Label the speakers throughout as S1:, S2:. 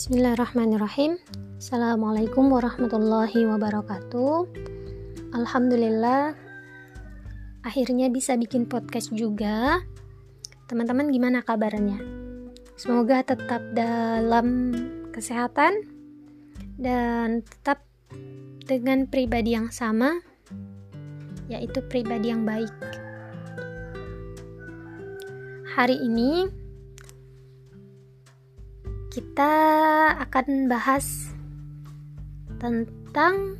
S1: Bismillahirrahmanirrahim. Assalamualaikum warahmatullahi wabarakatuh. Alhamdulillah, akhirnya bisa bikin podcast juga. Teman-teman gimana kabarnya? Semoga tetap dalam kesehatan dan tetap dengan pribadi yang sama, yaitu pribadi yang baik. Hari ini kita akan bahas tentang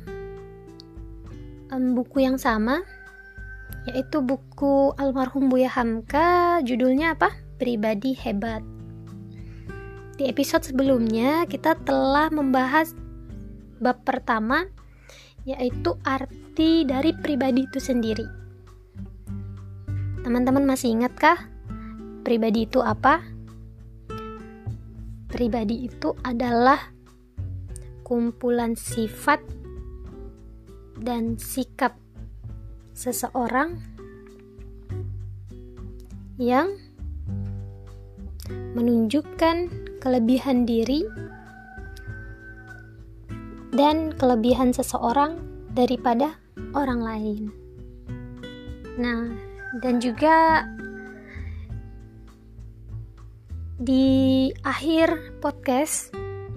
S1: buku yang sama, yaitu buku almarhum Buya Hamka. Judulnya apa? Pribadi Hebat. Di episode sebelumnya kita telah membahas bab pertama, yaitu arti dari pribadi itu sendiri. Teman-teman masih ingatkah pribadi itu apa? Pribadi itu adalah kumpulan sifat dan sikap seseorang yang menunjukkan kelebihan diri dan kelebihan seseorang daripada orang lain. Nah, dan juga di akhir podcast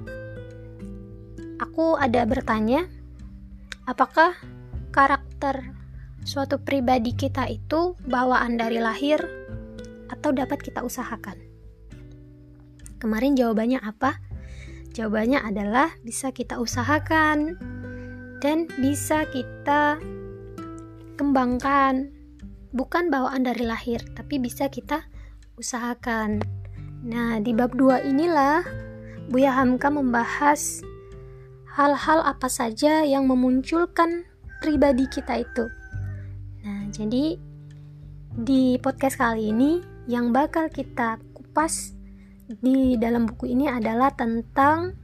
S1: aku ada bertanya, apakah karakter suatu pribadi kita itu bawaan dari lahir atau dapat kita usahakan? Kemarin jawabannya apa? Jawabannya adalah bisa kita usahakan dan bisa kita kembangkan. Bukan bawaan dari lahir, tapi bisa kita usahakan. Nah, di bab 2 inilah Buya Hamka membahas hal-hal apa saja yang memunculkan pribadi kita itu. Nah, jadi di podcast kali ini yang bakal kita kupas di dalam buku ini adalah tentang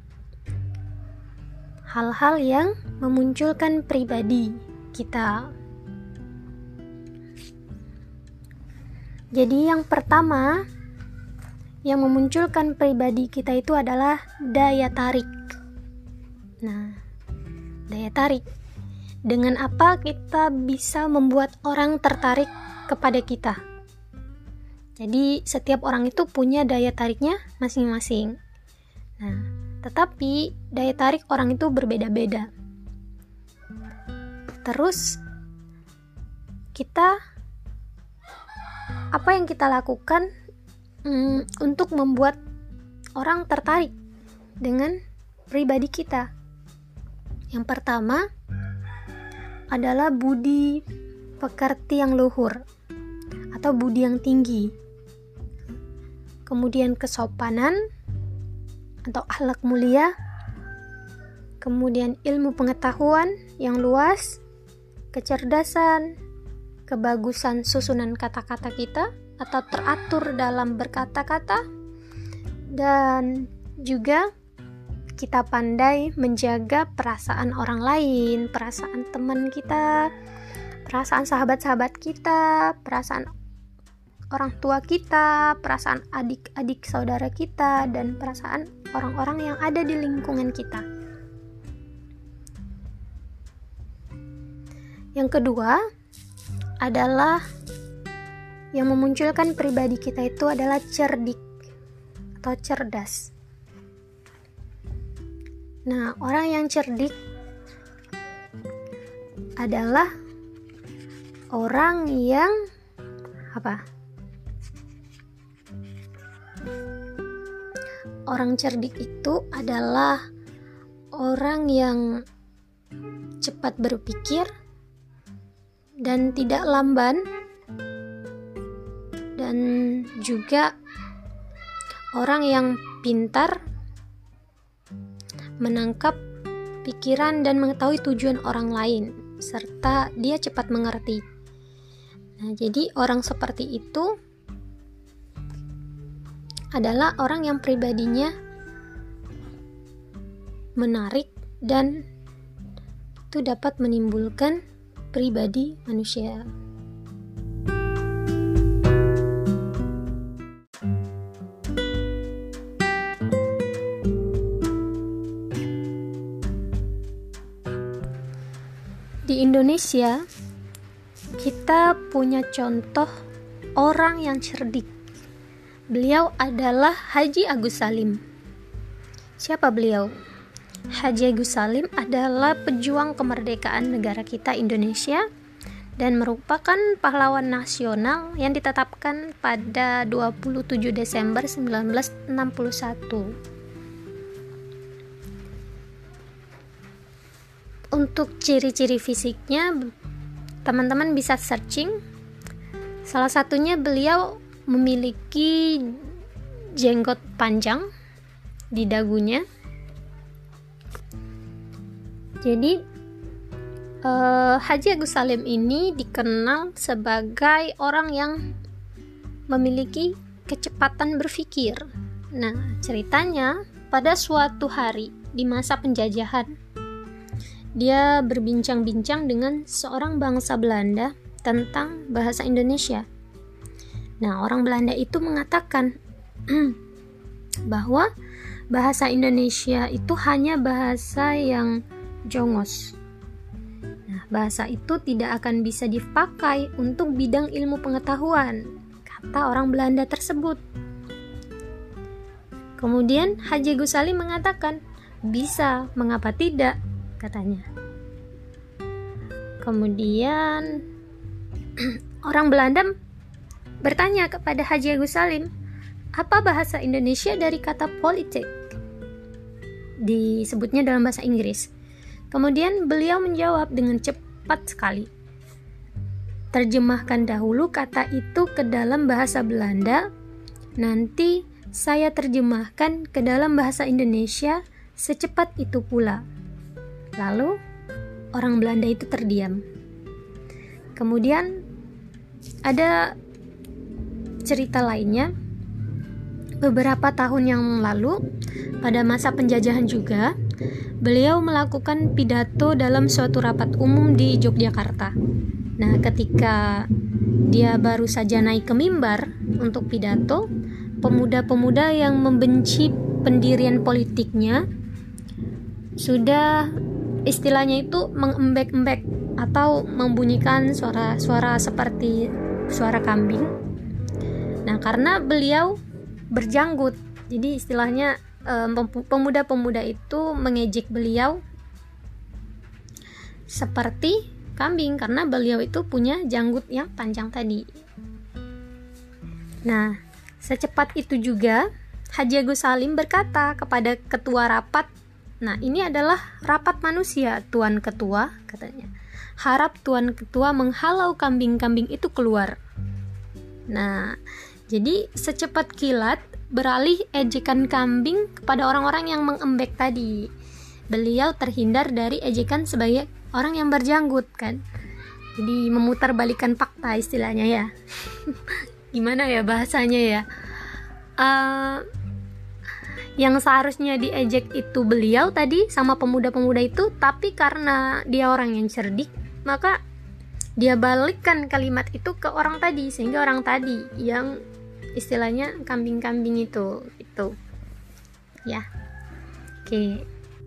S1: hal-hal yang memunculkan pribadi kita. Jadi yang pertama yang memunculkan pribadi kita itu adalah daya tarik. Nah, daya tarik. Dengan apa kita bisa membuat orang tertarik kepada kita? Jadi, setiap orang itu punya daya tariknya masing-masing. Nah, tetapi daya tarik orang itu berbeda-beda. Terus, apa yang kita lakukan untuk membuat orang tertarik dengan pribadi kita? Yang pertama adalah budi pekerti yang luhur atau budi yang tinggi, kemudian kesopanan atau akhlak mulia, kemudian ilmu pengetahuan yang luas, kecerdasan, kebagusan susunan kata-kata kita atau teratur dalam berkata-kata, dan juga kita pandai menjaga perasaan orang lain, perasaan teman kita, perasaan sahabat-sahabat kita, perasaan orang tua kita, perasaan adik-adik saudara kita, dan perasaan orang-orang yang ada di lingkungan kita. Yang kedua adalah yang memunculkan pribadi kita itu adalah cerdik atau cerdas. Nah, orang yang cerdik adalah orang yang Orang cerdik itu adalah orang yang cepat berpikir dan tidak lamban, dan juga orang yang pintar menangkap pikiran dan mengetahui tujuan orang lain, serta dia cepat mengerti. Nah, jadi orang seperti itu adalah orang yang pribadinya menarik dan itu dapat menimbulkan pribadi manusia. Indonesia, kita punya contoh orang yang cerdik. Beliau adalah Haji Agus Salim. Siapa beliau? Haji Agus Salim adalah pejuang kemerdekaan negara kita Indonesia dan merupakan pahlawan nasional yang ditetapkan pada 27 Desember 1961. Untuk ciri-ciri fisiknya, teman-teman bisa searching. Salah satunya beliau memiliki jenggot panjang di dagunya. Jadi Haji Agus Salim ini dikenal sebagai orang yang memiliki kecepatan berpikir. Nah, ceritanya pada suatu hari di masa penjajahan, dia berbincang-bincang dengan seorang bangsa Belanda tentang bahasa Indonesia. Nah, orang Belanda itu mengatakan bahwa bahasa Indonesia itu hanya bahasa yang jongos. Nah, bahasa itu tidak akan bisa dipakai untuk bidang ilmu pengetahuan, kata orang Belanda tersebut. Kemudian Haji Agus Salim mengatakan, bisa, mengapa tidak, katanya. Kemudian orang Belanda bertanya kepada Haji Agus Salim, apa bahasa Indonesia dari kata politik? Disebutnya dalam bahasa Inggris. Kemudian beliau menjawab dengan cepat sekali. Terjemahkan dahulu kata itu ke dalam bahasa Belanda, nanti saya terjemahkan ke dalam bahasa Indonesia secepat itu pula. Lalu orang Belanda itu terdiam. Kemudian ada cerita lainnya. Beberapa tahun yang lalu, pada masa penjajahan juga, beliau melakukan pidato dalam suatu rapat umum di Yogyakarta. Nah, ketika dia baru saja naik ke mimbar untuk pidato, pemuda-pemuda yang membenci pendirian politiknya sudah istilahnya itu mengembek-embek atau membunyikan suara-suara seperti suara kambing. Nah, karena beliau berjanggut, jadi istilahnya pemuda-pemuda itu mengejek beliau seperti kambing karena beliau itu punya janggut yang panjang tadi. Nah, secepat itu juga Haji Agus Salim berkata kepada ketua rapat, nah ini adalah rapat manusia, Tuan Ketua, katanya. Harap Tuan Ketua menghalau kambing-kambing itu keluar. Nah, jadi secepat kilat beralih ejekan kambing kepada orang-orang yang mengembek tadi. Beliau terhindar dari ejekan sebagai orang yang berjanggut kan. Jadi memutarbalikkan fakta istilahnya ya. Gimana ya bahasanya ya? Yang seharusnya diejek itu beliau tadi sama pemuda-pemuda itu, tapi karena dia orang yang cerdik, maka dia balikkan kalimat itu ke orang tadi, sehingga orang tadi yang istilahnya kambing-kambing itu ya. Oke.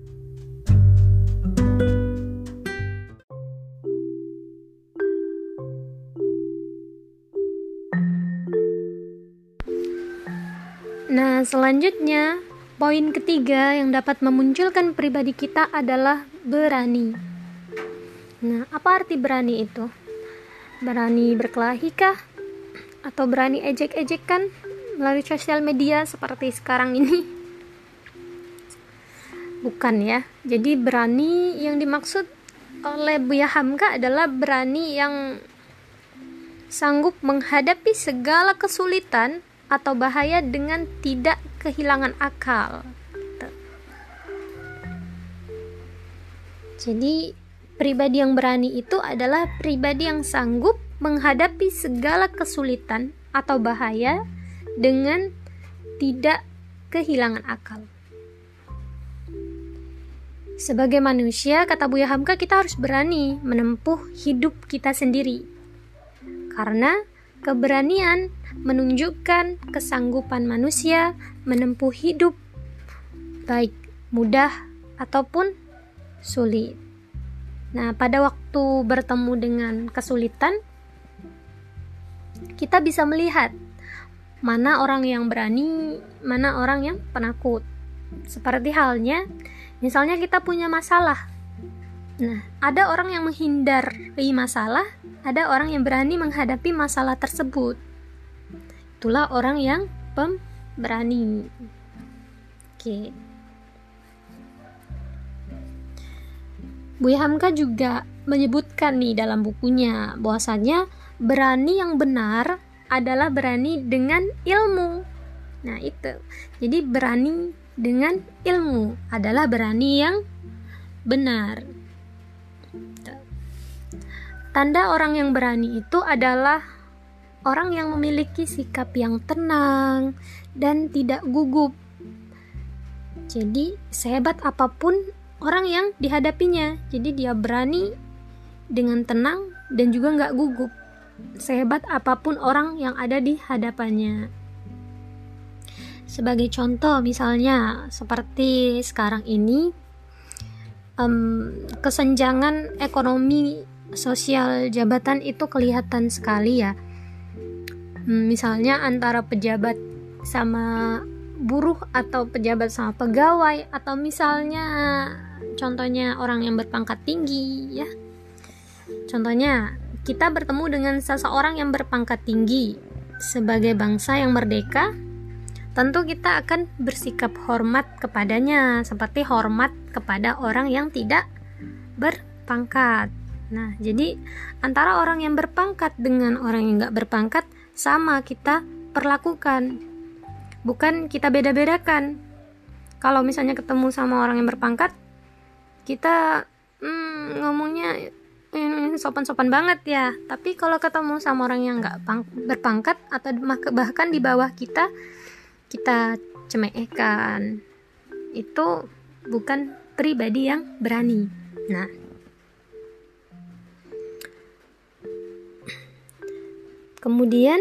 S1: Nah, selanjutnya poin ketiga yang dapat memunculkan pribadi kita adalah berani. Nah, apa arti berani itu? Berani berkelahi kah? Atau berani ejek-ejekan melalui sosial media seperti sekarang ini? Bukan ya. Jadi berani yang dimaksud oleh Buya Hamka adalah berani yang sanggup menghadapi segala kesulitan atau bahaya dengan tidak kehilangan akal. Jadi pribadi yang berani itu adalah pribadi yang sanggup menghadapi segala kesulitan atau bahaya dengan tidak kehilangan akal. Sebagai manusia, kata Buya Hamka, kita harus berani menempuh hidup kita sendiri. Karena keberanian menunjukkan kesanggupan manusia menempuh hidup, baik mudah ataupun sulit. Nah, pada waktu bertemu dengan kesulitan, kita bisa melihat mana orang yang berani, mana orang yang penakut. Seperti halnya, misalnya kita punya masalah. Nah, ada orang yang menghindari masalah, ada orang yang berani menghadapi masalah tersebut. Itulah orang yang pemberani. Oke. Buya Hamka juga menyebutkan nih dalam bukunya bahwasanya berani yang benar adalah berani dengan ilmu. Nah, itu. Jadi berani dengan ilmu adalah berani yang benar. Tanda orang yang berani itu adalah orang yang memiliki sikap yang tenang dan tidak gugup. Jadi, sehebat apapun orang yang dihadapinya, jadi dia berani dengan tenang dan juga nggak gugup, sehebat apapun orang yang ada di hadapannya. Sebagai contoh, misalnya seperti sekarang ini, kesenjangan ekonomi sosial jabatan itu kelihatan sekali ya. Misalnya antara pejabat sama buruh, atau pejabat sama pegawai, atau misalnya contohnya orang yang berpangkat tinggi ya. Contohnya kita bertemu dengan seseorang yang berpangkat tinggi. Sebagai bangsa yang merdeka, tentu kita akan bersikap hormat kepadanya seperti hormat kepada orang yang tidak berpangkat. Nah, jadi antara orang yang berpangkat dengan orang yang nggak berpangkat sama kita perlakukan, bukan kita beda-bedakan. Kalau misalnya ketemu sama orang yang berpangkat, kita ngomongnya sopan-sopan banget ya. Tapi kalau ketemu sama orang yang nggak berpangkat atau bahkan di bawah kita cemehkan. Itu bukan pribadi yang berani. Nah, kemudian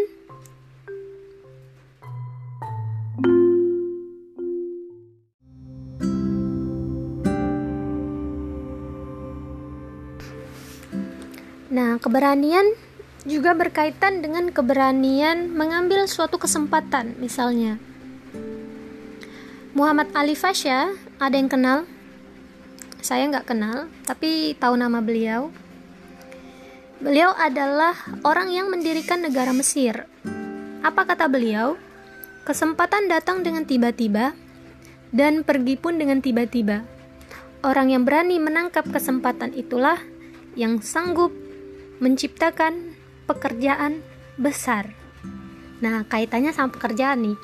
S1: keberanian juga berkaitan dengan keberanian mengambil suatu kesempatan. Misalnya Muhammad Ali Fasya, ada yang kenal? Saya nggak kenal, tapi tahu nama beliau. Beliau adalah orang yang mendirikan negara Mesir. Apa kata beliau? Kesempatan datang dengan tiba-tiba dan pergi pun dengan tiba-tiba. Orang yang berani menangkap kesempatan itulah yang sanggup menciptakan pekerjaan besar. Nah, kaitannya sama pekerjaan nih.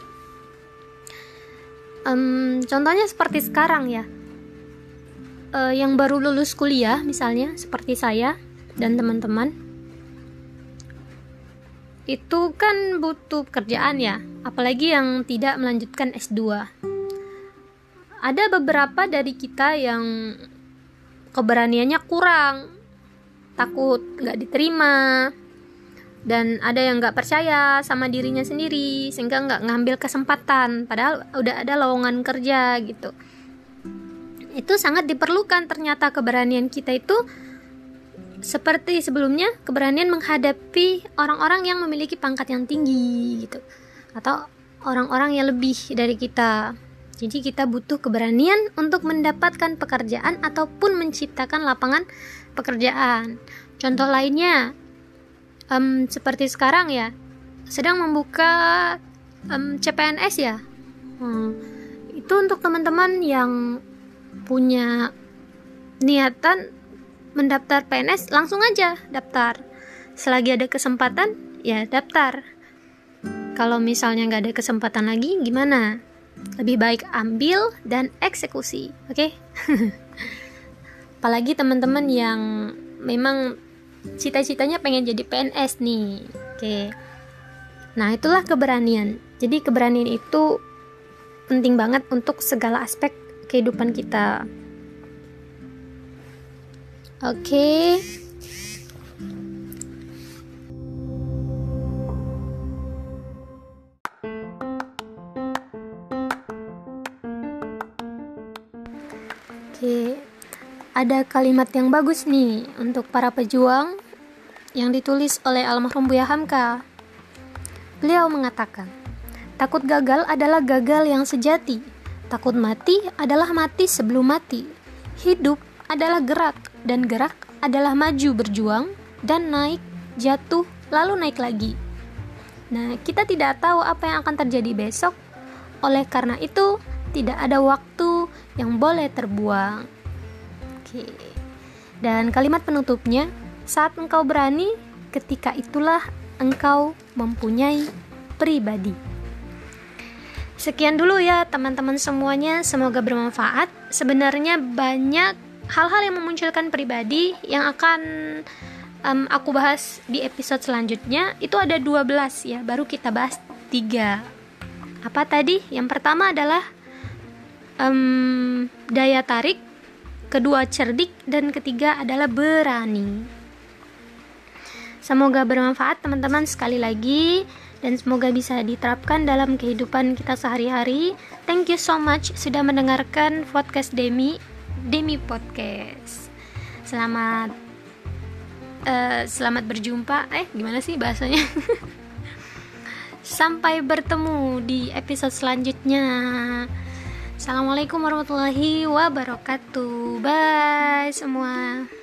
S1: Contohnya seperti sekarang ya, yang baru lulus kuliah misalnya seperti saya dan teman-teman, itu kan butuh pekerjaan ya, apalagi yang tidak melanjutkan S2. Ada beberapa dari kita yang keberaniannya kurang, takut gak diterima, dan ada yang gak percaya sama dirinya sendiri sehingga gak ngambil kesempatan padahal udah ada lowongan kerja gitu. Itu sangat diperlukan ternyata keberanian kita itu. Seperti sebelumnya, keberanian menghadapi orang-orang yang memiliki pangkat yang tinggi gitu, atau orang-orang yang lebih dari kita. Jadi kita butuh keberanian untuk mendapatkan pekerjaan ataupun menciptakan lapangan pekerjaan. Contoh lainnya, seperti sekarang ya, sedang membuka CPNS ya. Itu untuk teman-teman yang punya niatan mendaftar PNS, langsung aja daftar. Selagi ada kesempatan, ya daftar. Kalau misalnya nggak ada kesempatan lagi, gimana? Lebih baik ambil dan eksekusi, oke? Apalagi teman-teman yang memang cita-citanya pengen jadi PNS nih, oke? Nah, itulah keberanian. Jadi keberanian itu penting banget untuk segala aspek kehidupan kita. Oke. ada kalimat yang bagus nih untuk para pejuang yang ditulis oleh almarhum Buya Hamka. Beliau mengatakan, takut gagal adalah gagal yang sejati. Takut mati adalah mati sebelum mati. Hidup adalah gerak, dan gerak adalah maju berjuang, dan naik, jatuh, lalu naik lagi. Nah, kita tidak tahu apa yang akan terjadi besok. Oleh karena itu, tidak ada waktu yang boleh terbuang. Oke. Dan kalimat penutupnya, saat engkau berani, ketika itulah engkau mempunyai pribadi. Sekian dulu ya teman-teman semuanya, semoga bermanfaat. Sebenarnya banyak hal-hal yang memunculkan pribadi yang akan aku bahas di episode selanjutnya. Itu ada 12 ya, baru kita bahas 3. Apa tadi? Yang pertama adalah daya tarik, kedua cerdik, dan ketiga adalah berani. Semoga bermanfaat teman-teman sekali lagi, dan semoga bisa diterapkan dalam kehidupan kita sehari-hari. Thank you so much sudah mendengarkan podcast Demi Podcast. Selamat berjumpa. Gimana sih bahasanya? Sampai bertemu di episode selanjutnya. Assalamualaikum warahmatullahi wabarakatuh. Bye semua.